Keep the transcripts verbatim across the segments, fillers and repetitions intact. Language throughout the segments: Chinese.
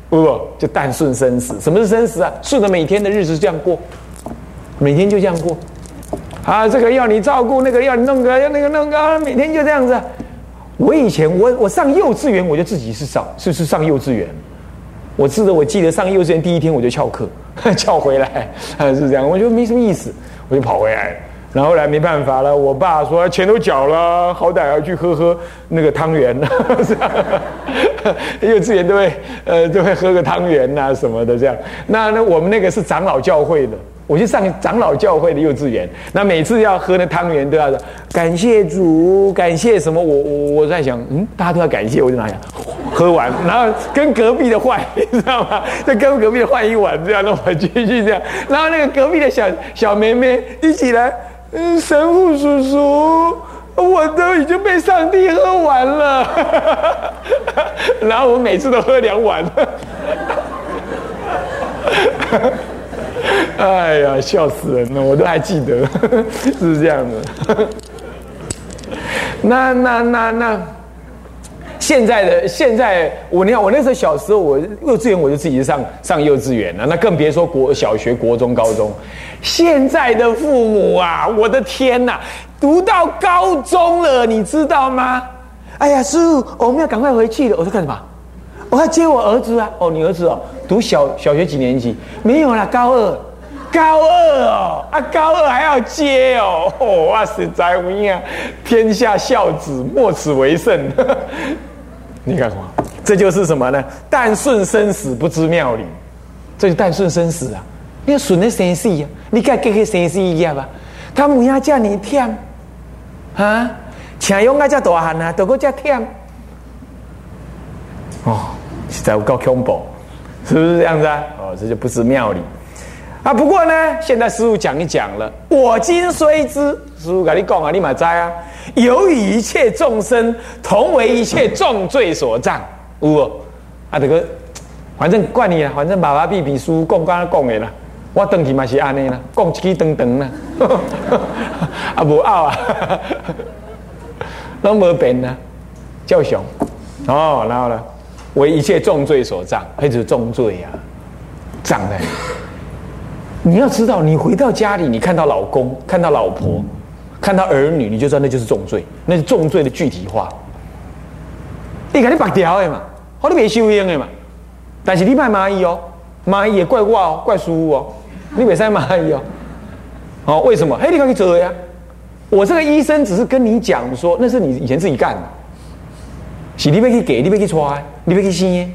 不就但顺生死？什么是生死啊？顺着每天的日子这样过，每天就这样过。啊，这个要你照顾，那个要你弄个，要那个弄个，啊、每天就这样子。我以前我我上幼稚园，我就自己是上是是上幼稚园。我记得我记得上幼稚园第一天我就翘课，翘回来，啊是这样，我觉得没什么意思，我就跑回来了。然后后来没办法了，我爸说钱都缴了，好歹要去喝喝那个汤圆，是吧？幼稚园都会呃都会喝个汤圆呐、啊、什么的这样。那那我们那个是长老教会的。我去上长老教会的幼稚园，那每次要喝那汤圆都要说感谢主，感谢什么？我我我在想，嗯，大家都要感谢，我就拿下喝完，然后跟隔壁的换，你知道吗？再跟隔壁的换一碗，这样，那我继续这样，然后那个隔壁的小小妹妹一起来，嗯，神父叔叔，我都已经被上帝喝完了，然后我每次都喝两碗。哎呀，笑死人了！我都还记得，是这样的。那那那那，现在的现在，我你看，我那时候小时候，我幼稚园我就自己上上幼稚园了，那更别说国小学、国中、高中。现在的父母啊，我的天哪，读到高中了，你知道吗？哎呀，师父，我们要赶快回去了。我说干什么？我要接我儿子啊！哦，你儿子哦，读小小学几年级？没有啦，高二，高二哦，啊，高二还要接哦，哦哇，实在有影，天下孝子莫此为甚。你看什么？这就是什么呢？但顺生死不知妙理，这就但顺生死啊！你要顺的生死啊，你该给他生死一样吧？他母鸭叫你忝啊，请用啊，叫大汉啊，都个叫忝哦。实在有够恐怖，是不是这样子啊？哦，这就不知妙理啊。不过呢，现在师父讲一讲了，我今虽知，师父跟你讲啊，你嘛知啊，有与一切众生同为一切重罪所障，有无？啊，这个反正怪你啦，反正爸爸比比书讲刚讲的啦，我回去嘛是安尼啦，讲一支长长啦，啊无拗啊，拢无变啦，照常哦，然后呢？为一切重罪所障，那就是重罪呀、啊，障的。你要知道，你回到家里，你看到老公、看到老婆、看到儿女，你就知道那就是重罪，那是重罪的具体化。你看你白条的嘛，好你没修养的嘛，但是你卖蚂蚁哦，蚂蚁也怪我哦，怪师父哦，你别塞蚂蚁哦。哦，为什么？嘿，你赶紧做呀！我这个医生只是跟你讲说，那是你以前自己干的。是你要去给，你要去抓，你要去生。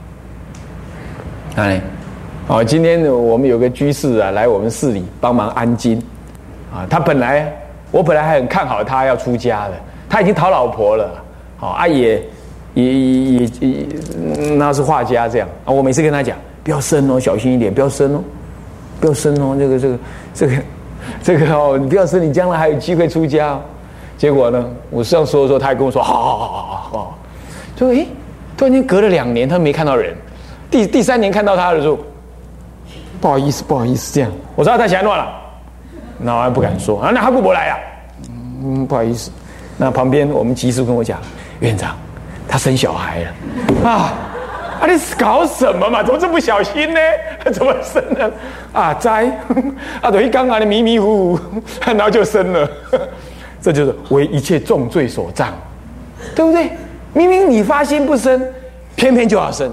哎，哦，今天我们有个居士啊，来我们寺里帮忙安经，啊，他本来我本来还很看好他要出家的，他已经讨老婆了，好、哦、啊也也也也那是画家这样啊，我每次跟他讲，不要生哦，小心一点，不要生哦，不要生哦，这个这个这个这个哦，你不要生，你将来还有机会出家、哦。结果呢，我这样说的时候，他还跟我说，好好好好好好。就诶，突然间隔了两年，他没看到人。第第三年看到他的时候，不好意思，不好意思，这样。我说他想乱了，那我还不敢说啊。那他不不来啊？嗯，不好意思。那旁边我们技师跟我讲，院长，他生小孩了啊！啊，你搞什么嘛？怎么这么不小心呢？怎么生呢？啊，栽啊，等于刚刚的迷迷糊糊，然后就生了。这就是为一切重罪所障，对不对？明明你发心不生，偏偏就要生，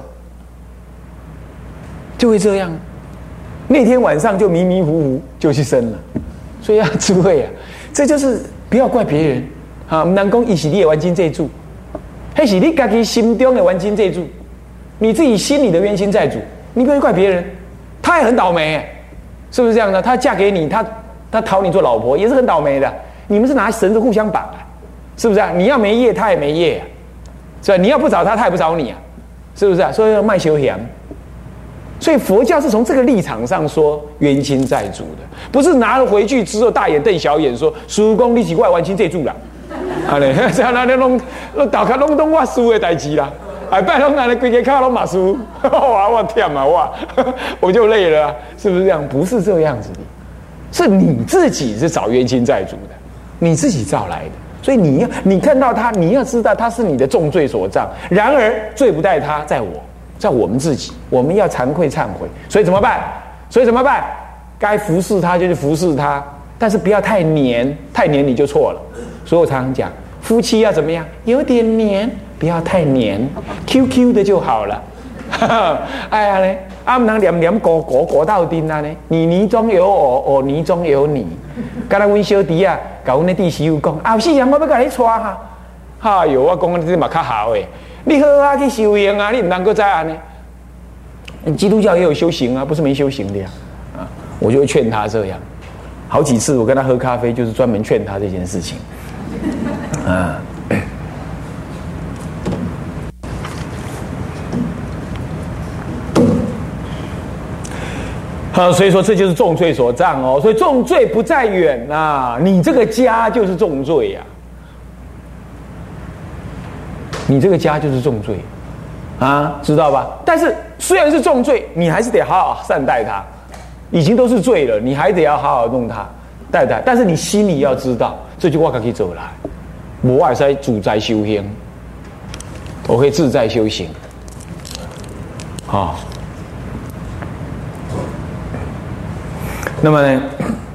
就会这样。那天晚上就迷迷糊糊就去生了，所以要智慧啊！这就是不要怪别人啊！人讲伊是你的冤亲债主，那是你自己心中的冤亲债主，你自己心里的冤亲债主，你不要怪别人，他也很倒霉，是不是这样的？他嫁给你，他他讨你做老婆，也是很倒霉的。你们是拿绳子互相绑啊，是不是啊？你要没业，他也没业、啊。是吧？你要不找他，他也不找你啊，是不是啊？所以要卖修行。所以佛教是从这个立场上说冤亲债主的，不是拿了回去之后大眼瞪小眼说叔公你是我冤亲债主啦，啊嘞，这样那弄弄大家弄弄我输的代志啦，哎，拜弄那规个卡拢马输，哇我天啊哇，我就累了、啊，是不是这样？不是这样子的，是你自己是找冤亲债主的，你自己造来的。所以你要你看到他，你要知道他是你的重罪所障。然而罪不在他，在我， 在我们自己，我们要惭愧忏悔。所以怎么办？所以怎么办？该服侍他就去服侍他，但是不要太黏，太黏你就错了。所以我常常讲，夫妻要怎么样？有点黏，不要太黏 ，Q Q 的就好了。哎呀嘞，啊唔能黏黏裹裹裹到底啊呢？你泥中有我，我泥中有你。刚才阮小弟啊，甲阮的弟媳妇讲，后四年我要甲你娶哈。哎呦，我讲你嘛较好诶，你好好去修行啊，你唔能够再安呢。基督教也有修行啊，不是没修行的呀。啊，我就会劝他这样。好几次我跟他喝咖啡，就是专门劝他这件事情。啊。好，所以说这就是重罪所障哦。所以重罪不在远啊，你这个家就是重罪呀、啊，你这个家就是重罪啊，知道吧？但是虽然是重罪，你还是得好好善待他。已经都是罪了，你还得要好好弄他，待待。但是你心里要知道，这句话可以走来，我也是主宰修行，我可以自在修行，好。那么呢？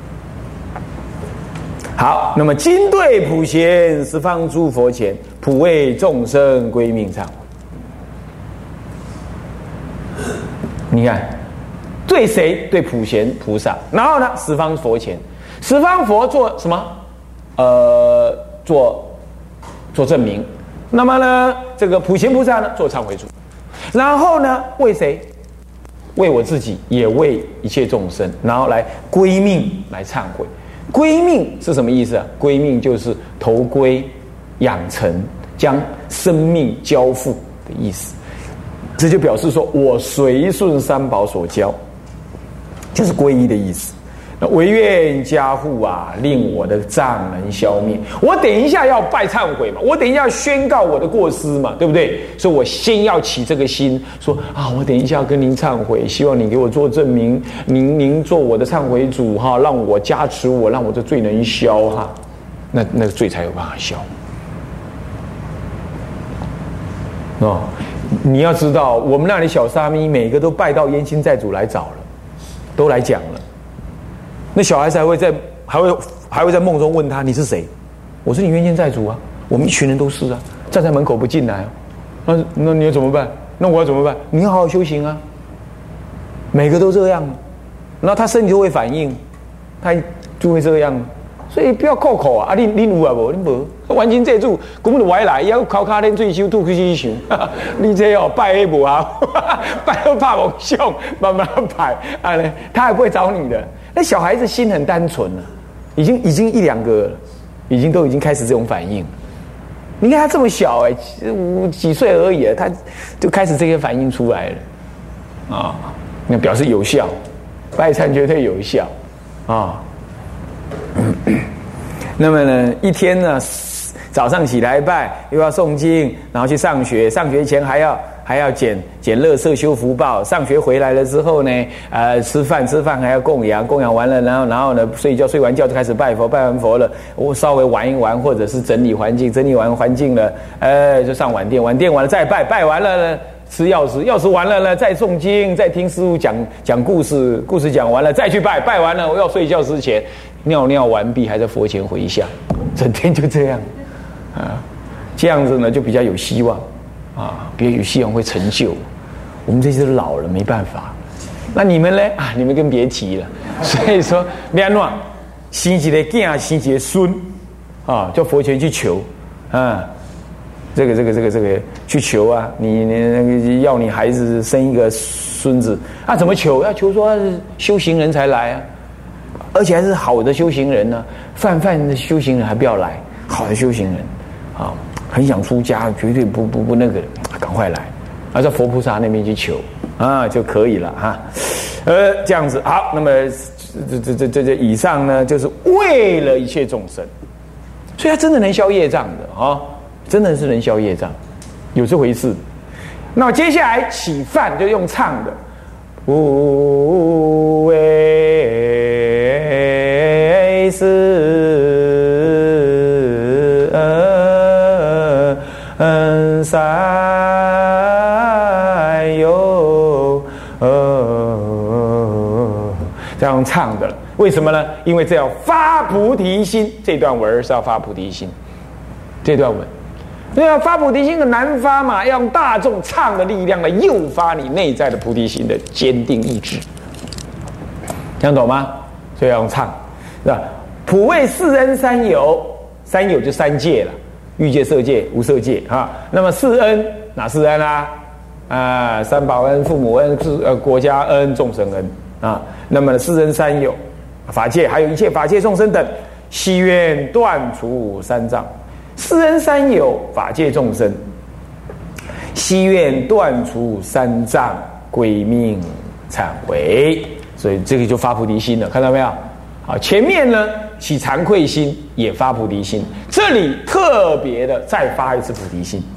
好，那么今对普贤十方诸佛前，普为众生归命忏悔。你看，对谁？对普贤菩萨。然后呢，十方佛前，十方佛做什么？呃，做做证明。那么呢，这个普贤菩萨呢，做忏悔主。然后呢，为谁？为我自己，也为一切众生，然后来归命来忏悔。归命是什么意思啊？归命就是投归、养成、将生命交付的意思。这就表示说我随顺三宝所教，就是皈依的意思。那唯愿加护啊，令我的障能消灭。我等一下要拜忏悔嘛，我等一下要宣告我的过失嘛，对不对？所以我先要起这个心，说啊，我等一下要跟您忏悔，希望你给我做证明，您您做我的忏悔主哈，让我加持我，让我的罪能消哈，那那个罪才有办法消。哦，你要知道，我们那里小沙弥每个都拜到冤亲债主来找了，都来讲了。那小孩子还会在还会还会在梦中问他你是谁？我说你冤亲债主啊，我们一群人都是啊，站在门口不进来、啊，那那你要怎么办？那我要怎么办？你要好好修行啊。每个都这样，然后他身体就会反应，他就会这样，所以不要扣口啊！啊，你你有啊无？你无冤亲债主，根本就歪来，要靠卡恁最修吐去去想，你这哦拜黑无啊，拜都怕梦想，慢慢拜啊嘞，他也不会找你的。那小孩子心很单纯了、啊，已经已经一两个了，已经都已经开始这种反应。你看他这么小哎、欸，五几岁而已、啊，他就开始这些反应出来了啊，那表示有效，拜忏绝对有效啊。那么呢，一天呢，早上起来拜，又要诵经，然后去上学，上学前还要。还要捡捡垃圾修福报，上学回来了之后呢，呃，吃饭吃饭还要供养，供养完了，然后然后呢睡觉，睡完觉就开始拜佛，拜完佛了，我稍微玩一玩，或者是整理环境，整理完环境了，呃，就上晚殿，晚殿完了再拜，拜完了呢吃药食，药食完了呢再诵经，再听师父讲讲故事，故事讲完了再去拜，拜完了我要睡觉之前尿尿完毕，还在佛前回向，整天就这样，啊，这样子呢就比较有希望。啊，别有希望会成就。我们这些都老了，没办法。那你们呢？啊，你们更别提了。所以说，安怎生一个囝，生一个孙，啊，叫佛前去求，啊，这个这个这个这个去求啊，你你那个要你孩子生一个孙子，啊，怎么求？要求说修行人才来啊，而且还是好的修行人呢、啊，泛泛的修行人还不要来，好的修行人，啊。很想出家，绝对不不不那个，赶快来，啊，在佛菩萨那边去求啊就可以了哈。呃，这样子好，那么这这这这这以上呢，就是为了一切众生，所以他真的能消业障的啊，真的是能消业障，有这回事。那接下来起饭就用唱的，无为是。三有呃，这样唱的。为什么呢？因为这要发菩提心，这段文是要发菩提心。这段文，那要发菩提心的难发嘛，要用大众唱的力量来诱发你内在的菩提心的坚定意志。这样懂吗？所以要用唱，是吧？普为四恩三有，三有就三界了，欲界、色界、无色界啊。那么四恩哪四恩啊？啊，三宝恩、父母恩、呃国家恩、众生恩啊。那么四恩三有，法界还有一切法界众生等，悉愿断除三障。四恩三有，法界众生，悉愿断除三障，归命忏悔。所以这个就发菩提心了，看到没有？好，前面呢起惭愧心，也发菩提心，这里特别的再发一次菩提心，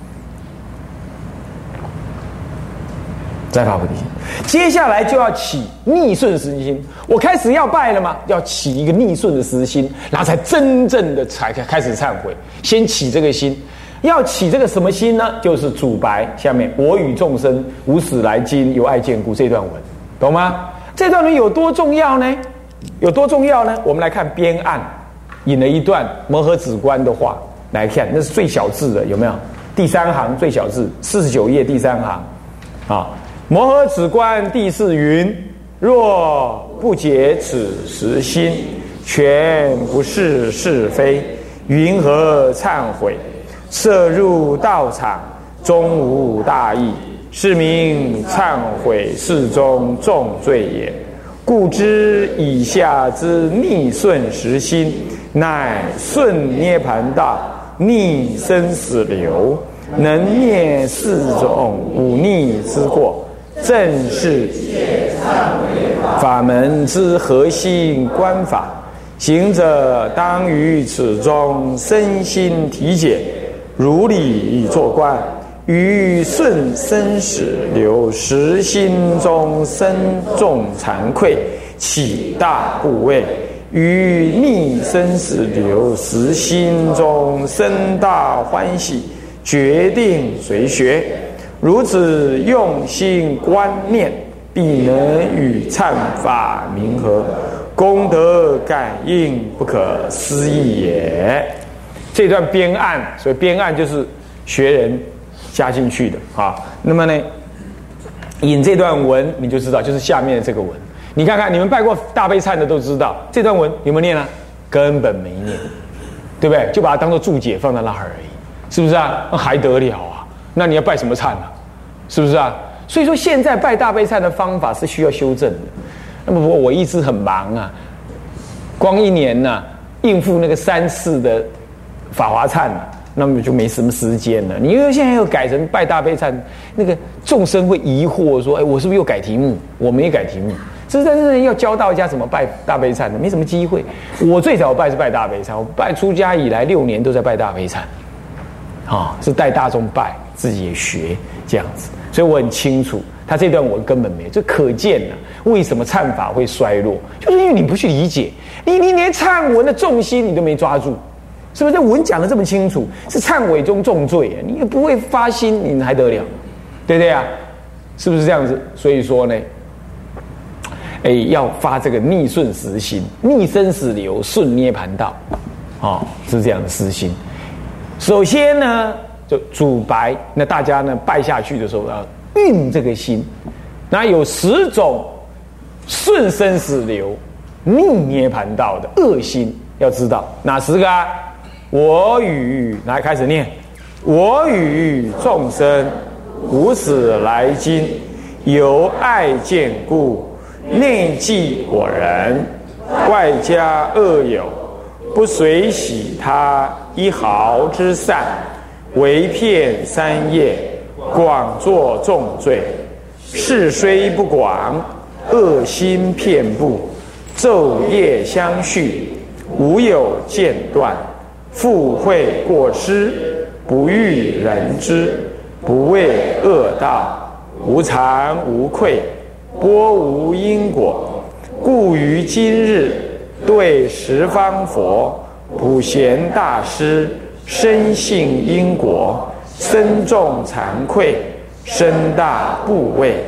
再发菩提心。接下来就要起逆顺时心，我开始要拜了吗？要起一个逆顺的时心，然后才真正的才开始忏悔。先起这个心，要起这个什么心呢？就是主白下面我与众生无始来今由爱见故这段文，懂吗？这段文有多重要呢？有多重要呢？我们来看编案，引了一段摩诃止观的话来看，那是最小字的，有没有？第三行最小字，四十九页第三行啊。摩诃止观第四云：若不解此实心，全不是是非，云何忏悔？摄入道场，终无大益，是名忏悔事中重罪也。故知以下之逆顺时心，乃顺涅盘道，逆生死流，能灭四种忤逆之过，正是法门之核心观法。行者当于此中身心体解，如理以作观，于顺生死流时心中生重惭愧，起大怖畏；于逆生死流时心中生大欢喜，决定随学。如此用心观念，必能与忏法冥合，功德感应不可思议也。这段编案，所以编案就是学人加进去的啊。那么呢，引这段文你就知道，就是下面的这个文。你看看，你们拜过大悲忏的都知道，这段文有没有念啊？根本没念，对不对？就把它当做注解放在那儿而已，是不是啊？那还得了啊？那你要拜什么忏啊？是不是啊？所以说现在拜大悲忏的方法是需要修正的。那么不过我一直很忙啊，光一年呢、啊、应付那个三次的法华忏啊，那么就没什么时间了。你因为现在又改成拜大悲忏，那个众生会疑惑说：“哎，我是不是又改题目？我没改题目。”实在是要教大家怎么拜大悲忏的，没什么机会。我最早拜是拜大悲忏，我拜出家以来六年都在拜大悲忏，啊、哦，是带大众拜，自己也学这样子，所以我很清楚。他这段我根本没有，这可见呢、啊，为什么忏法会衰落，就是因为你不去理解，你你连忏文的重心你都没抓住，是不是？这文讲的这么清楚，是忏悔中重罪，你也不会发心，你还得了，对不对啊？是不是这样子？所以说呢，哎，要发这个逆顺时心，逆生死流，顺涅盘道，哦，是这样的私心。首先呢，就主白，那大家呢拜下去的时候要运这个心，那有十种顺生死流、逆涅盘道的恶心，要知道哪十个啊？我与来开始念，我与众生无始来今，由爱见故，内忌我人，外加恶友，不随喜他一毫之善，为骗三业，广作重罪。事虽不广，恶心遍布，昼夜相续，无有间断。复会过失，不欲人知，不为恶道，无惭无愧，波无因果。故于今日，对十方佛、普贤大师，深信因果，深重惭愧，深大怖畏，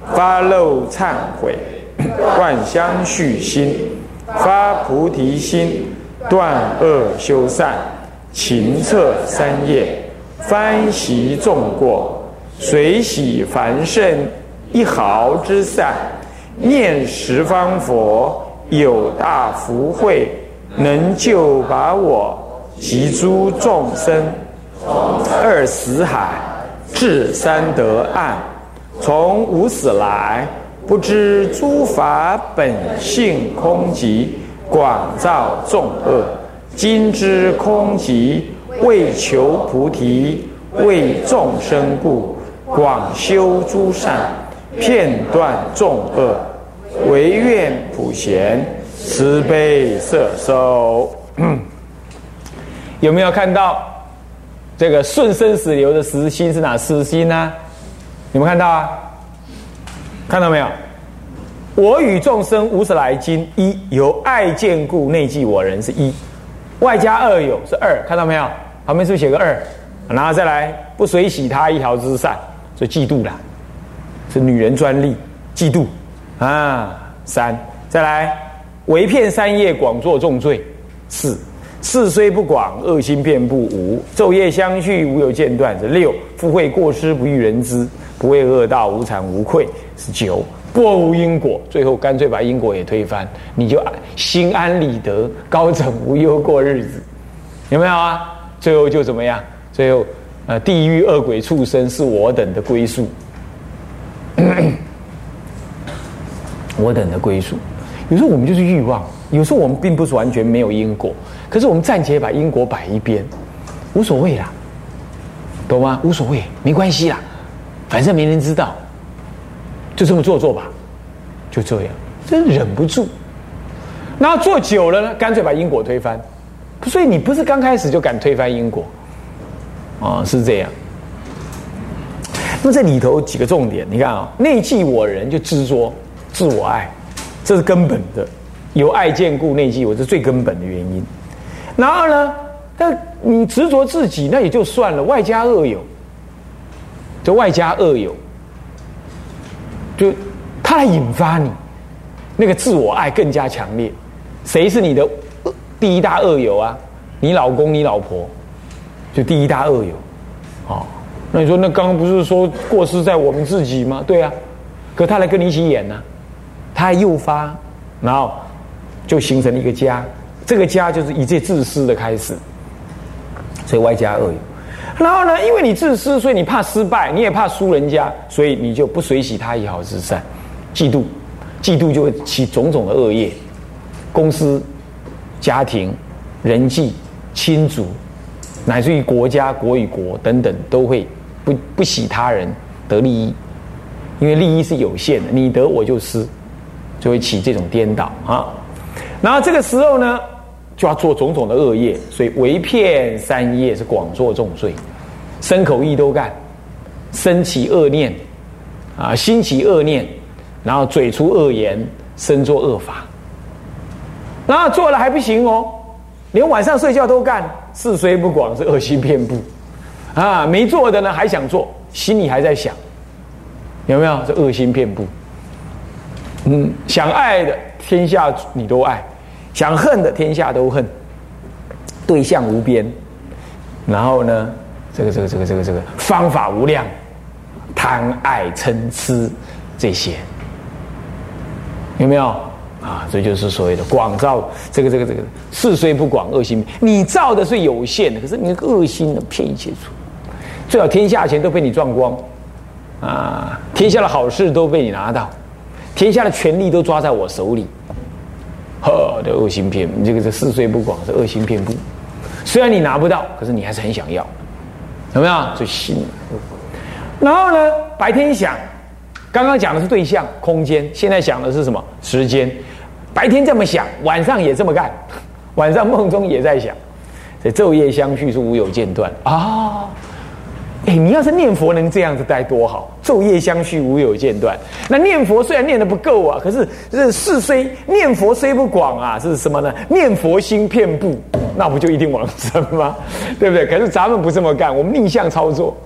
发漏忏悔，万相续心，发菩提心，断恶修善，勤策三业，翻习众过，随喜凡圣一毫之善，念十方佛，有大福慧，能救拔我及诸众生，二死海至三得岸，从无始来，不知诸法本性空寂，广造众恶，今知空寂，为求菩提，为众生故，广修诸善，片断众恶，唯愿普贤慈悲摄受。有没有看到这个顺生死流的实心是哪实心呢？有没有看到啊？看到没有？我与众生无始来经一，由爱见故内记我人是一，外加二有是二，看到没有？旁边是不是写个二？然后再来不随喜他一条之善，所以嫉妒啦，是女人专利，嫉妒啊。三，再来为骗三业，广作重罪。四，事虽不广，恶心遍布。五，昼夜相续，无有间断。是六，复会过失，不欲人知，不为恶道，无惭无愧。是九，过无因果，最后干脆把因果也推翻，你就心安理得，高枕无忧过日子，有没有啊？最后就怎么样？最后，呃，地狱恶鬼畜生是我等的归宿，我等的归宿。有时候我们就是欲望，有时候我们并不是完全没有因果，可是我们暂且把因果摆一边，无所谓啦，懂吗？无所谓，没关系啦，反正没人知道，就这么做做吧，就这样，真忍不住。然后做久了呢，干脆把因果推翻。所以你不是刚开始就敢推翻因果，啊、哦，是这样。那么这里头几个重点，你看啊、哦，内记我人就执着自我爱，这是根本的，由爱见故内记我，这是最根本的原因。然后呢，但你执着自己那也就算了，外加恶友，就外加恶友，就它来引发你那个自我爱更加强烈。谁是你的第一大恶友啊？你老公、你老婆，就第一大恶友。哦，那你说，那刚刚不是说过失在我们自己吗？对啊，可他来跟你一起演呢、啊，他还诱发，然后就形成了一个家。这个家就是一切自私的开始，所以外加恶友。然后呢，因为你自私，所以你怕失败，你也怕输人家，所以你就不随喜他一毫之善，嫉妒，嫉妒就会起种种的恶业，公司、家庭、人际、亲族，乃至于国家、国与国等等，都会不不喜他人得利益，因为利益是有限的，你得我就失，就会起这种颠倒啊。然后这个时候呢，就要做种种的恶业，所以为骗三业是广作重罪，身口意都干，身起恶念啊，心起恶念，然后嘴出恶言，身作恶法。然后做了还不行哦，连晚上睡觉都干，事虽不广，是恶心遍布啊。没做的呢还想做，心里还在想，有没有？这恶心遍布。嗯，想爱的天下你都爱，想恨的天下都恨，对象无边。然后呢，这个这个这个这个这个方法无量，贪爱嗔痴这些，有没有？啊，这就是所谓的广造，这个这个这个事虽不广，恶心。你造的是有限的，可是你那个恶心的骗一切处，最好天下钱都被你赚光，啊，天下的好事都被你拿到，天下的权力都抓在我手里，呵，的恶心遍，这个这事虽不广，是恶心遍布。虽然你拿不到，可是你还是很想要，有没有？所以心。然后呢，白天想，刚刚讲的是对象、空间，现在想的是什么？时间。白天这么想，晚上也这么干，晚上梦中也在想，所以昼夜相续是无有间断啊！哎，你要是念佛能这样子待多好，昼夜相续无有间断。那念佛虽然念得不够啊，可是这事虽念佛虽不广啊，是什么呢？念佛心遍布，那不就一定往生吗？对不对？可是咱们不这么干，我们逆向操作。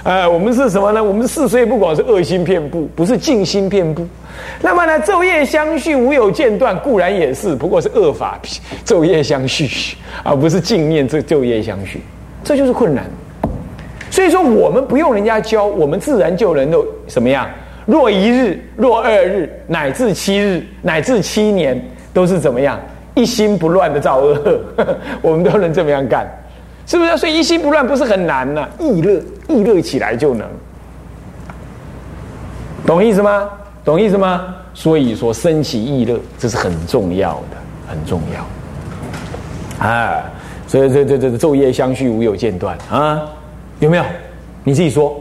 呃，我们是什么呢？我们是事业不广，是恶心遍布，不是尽心遍布。那么呢，昼夜相续，无有间断，固然也是，不过是恶法昼夜相续，而不是净念这昼夜相续，这就是困难。所以说，我们不用人家教，我们自然就能够什么样？若一日，若二日，乃至七日，乃至七年，都是怎么样？一心不乱的造恶，我们都能这么样干，是不是？所以一心不乱不是很难呢、啊，意乐意乐起来就能，懂意思吗？懂意思吗？所以说升起意乐，这是很重要的，很重要啊！所以这这这昼夜相续，无有间断啊，有没有？你自己说。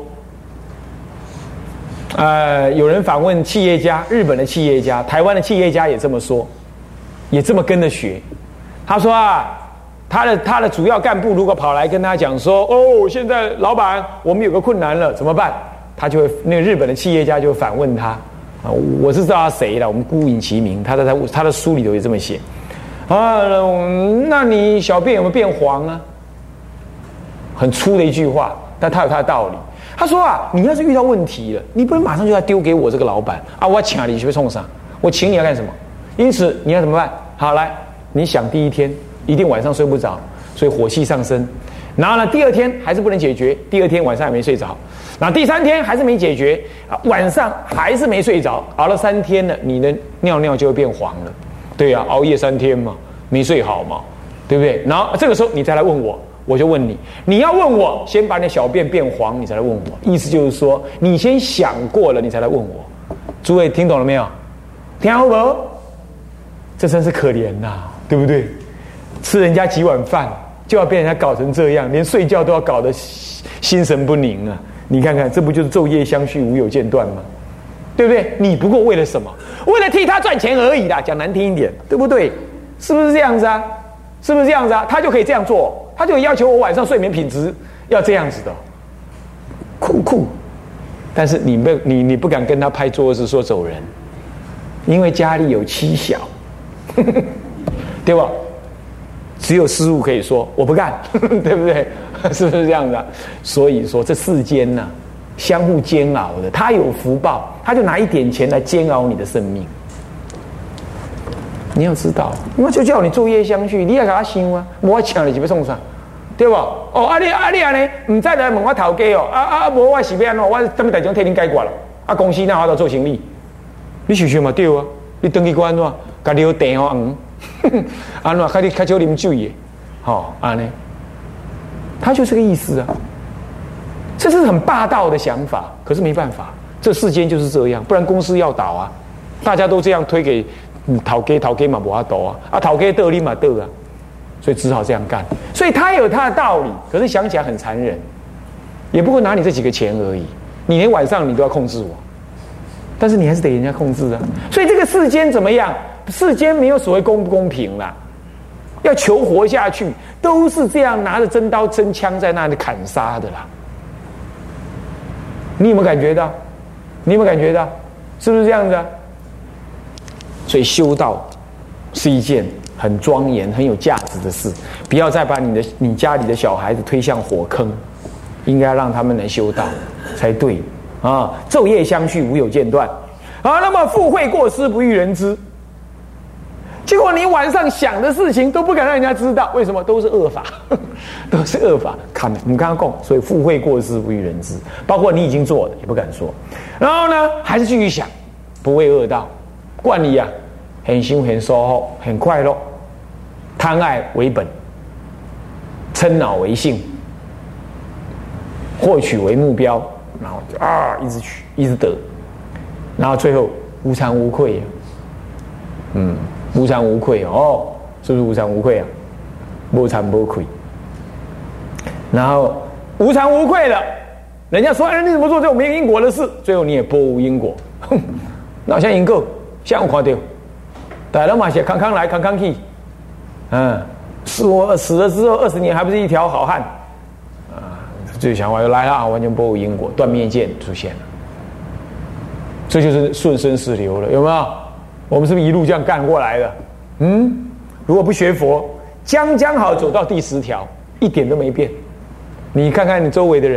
呃，有人访问企业家，日本的企业家，台湾的企业家也这么说，也这么跟着学。他说啊，他的他的主要干部如果跑来跟他讲说，哦，现在老板我们有个困难了，怎么办？他就会那个日本的企业家就会反问他啊，我是知道他谁了，我们孤影其名，他在他他的书里头也这么写啊。那你小便有没有变黄啊？很粗的一句话，但他有他的道理。他说啊，你要是遇到问题了，你不能马上就要丢给我这个老板啊！我请你去被冲上，我请你要干什么？因此你要怎么办？好，来，你想第一天一定晚上睡不着，所以火气上升。然后呢，第二天还是不能解决，第二天晚上还没睡着。然后第三天还是没解决，啊，晚上还是没睡着，熬了三天了，你的尿尿就会变黄了。对啊，熬夜三天嘛，没睡好嘛，对不对？然后这个时候你再来问我。我就问你，你要问我，先把你的小便变黄，你才来问我。意思就是说，你先想过了，你才来问我。诸位听懂了没有？听好不？这真是可怜呐、啊，对不对？吃人家几碗饭，就要被人家搞成这样，连睡觉都要搞得心神不宁啊！你看看，这不就是昼夜相续，无有间断吗？对不对？你不过为了什么？为了替他赚钱而已啦，讲难听一点，对不对？是不是这样子啊？是不是这样子啊？他就可以这样做。他就要求我晚上睡眠品质要这样子的，酷酷。但是你不你你不敢跟他拍桌子说走人，因为家里有妻小，对吧？只有师父可以说我不干，对不对？是不是这样子啊？所以说这世间呢、啊，相互煎熬的。他有福报，他就拿一点钱来煎熬你的生命。你要知道，我就叫你昼夜相续，你也给他想啊，我抢你就要送上。对不？哦，啊你啊你安尼，唔再来问我头家哦，啊啊，无我是要安怎？我什么代志替恁解决了？啊，公司哪有法度做生意？你想想嘛，对啊，你登记过安怎？家己有订哦，嗯，安怎？开你开少啉酒的，好安尼，他就这个意思啊。这是很霸道的想法，可是没办法，这世间就是这样，不然公司要倒啊，大家都这样推给头家，头家嘛无法倒啊，啊头家倒你嘛倒啊。所以只好这样干，所以他有他的道理，可是想起来很残忍，也不过拿你这几个钱而已，你连晚上你都要控制我，但是你还是得人家控制啊。所以这个世间怎么样？世间没有所谓公不公平啦，要求活下去，都是这样拿着真刀真枪在那里砍杀的啦。你有没有感觉到？你有没有感觉到？是不是这样子啊？所以修道是一件很庄严、很有价值的事，不要再把你的、你家里的小孩子推向火坑，应该让他们来修道才对啊！昼夜相续，无有间断。好，那么富贵过失，不欲人知。结果你晚上想的事情都不敢让人家知道，为什么？都是恶法，都是恶法。看，我们刚刚讲，所以富贵过失，不欲人知，包括你已经做的也不敢说。然后呢，还是继续想，不为恶道，惯例啊，很修很收获，很快乐。贪爱为本，嗔恼为性，获取为目标，然后就啊一直取，一直得，然后最后无惭无愧，嗯，无惭无愧哦，是不是无惭无愧啊？无惭无愧，然后无惭无愧了，人家说哎你怎么做这种没有因果的事，最后你也波无因果，哼，哪像因果，像我看到，大家嘛是康康来康康去。嗯，死我死了之后二十年还不是一条好汉啊！最想法就来了，完全不无因果，断灭剑出现了，这就是顺生死流了，有没有？我们是不是一路这样干过来的？嗯，如果不学佛，将将好走到第十条，一点都没变。你看看你周围的人，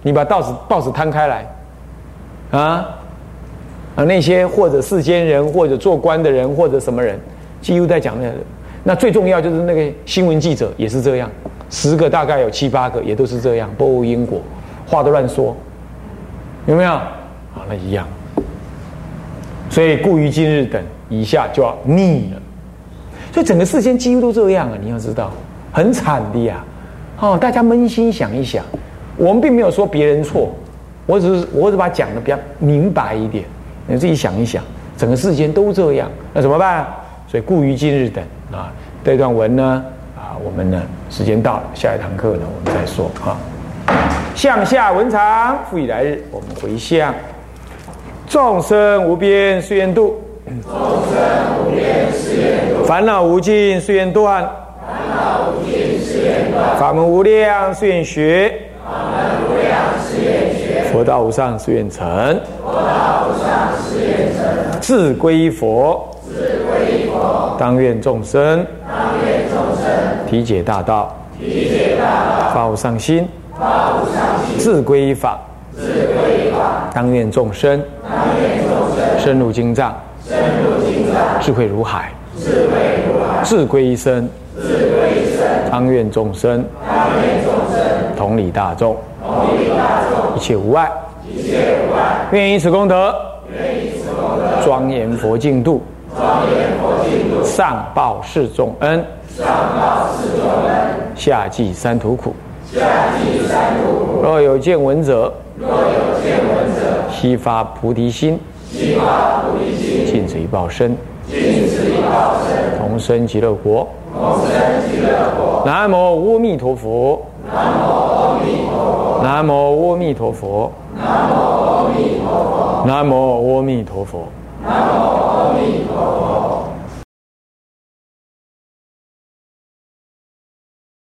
你把报纸报纸摊开来，啊啊那些或者世间人，或者做官的人，或者什么人，几乎在讲那个。那最重要就是那个新闻记者也是这样，十个大概有七八个也都是这样，不无因果，话都乱说，有没有？好，那一样。所以故于今日等以下就要逆了。所以整个世间几乎都这样啊，你要知道，很惨的呀。哦，大家扪心想一想，我们并没有说别人错，我只是我只把它讲的比较明白一点，你自己想一想，整个世间都这样，那怎么办？所以故于今日等啊，这段文呢啊，我们呢时间到了，下一堂课呢我们再说啊。向下文长，复以来日，我们回向。众生无边誓愿度，众生无边誓愿度；烦恼无尽誓愿断，烦恼无尽誓愿断；法门无量誓愿学，法门无量誓愿学；佛道无上誓愿成，佛道无上誓愿成；自归佛，自归佛；当愿众生，当愿众生；体解大道，体解大道；发无上心，发无上心；自归法，自归法；当愿众生，当愿众生；深入经藏，深入经藏；智慧如海，智慧如海；智归一生，智归一生；当愿众生，当愿众生；同理大众，同理大众；一切无碍，一切无碍；愿以此功德，愿以此功德；庄严佛净土，庄严佛净土；上报四重恩，上报四重恩；下济三途苦，下济三途苦；若有见闻者，若有见闻者，悉发菩提心，悉发菩提心；尽此一报身，尽此一报身；同生极乐国，同生极乐国。南无阿弥陀佛，南无阿弥陀佛，南无阿弥陀佛，南无阿弥陀佛，南无阿弥陀佛，南无。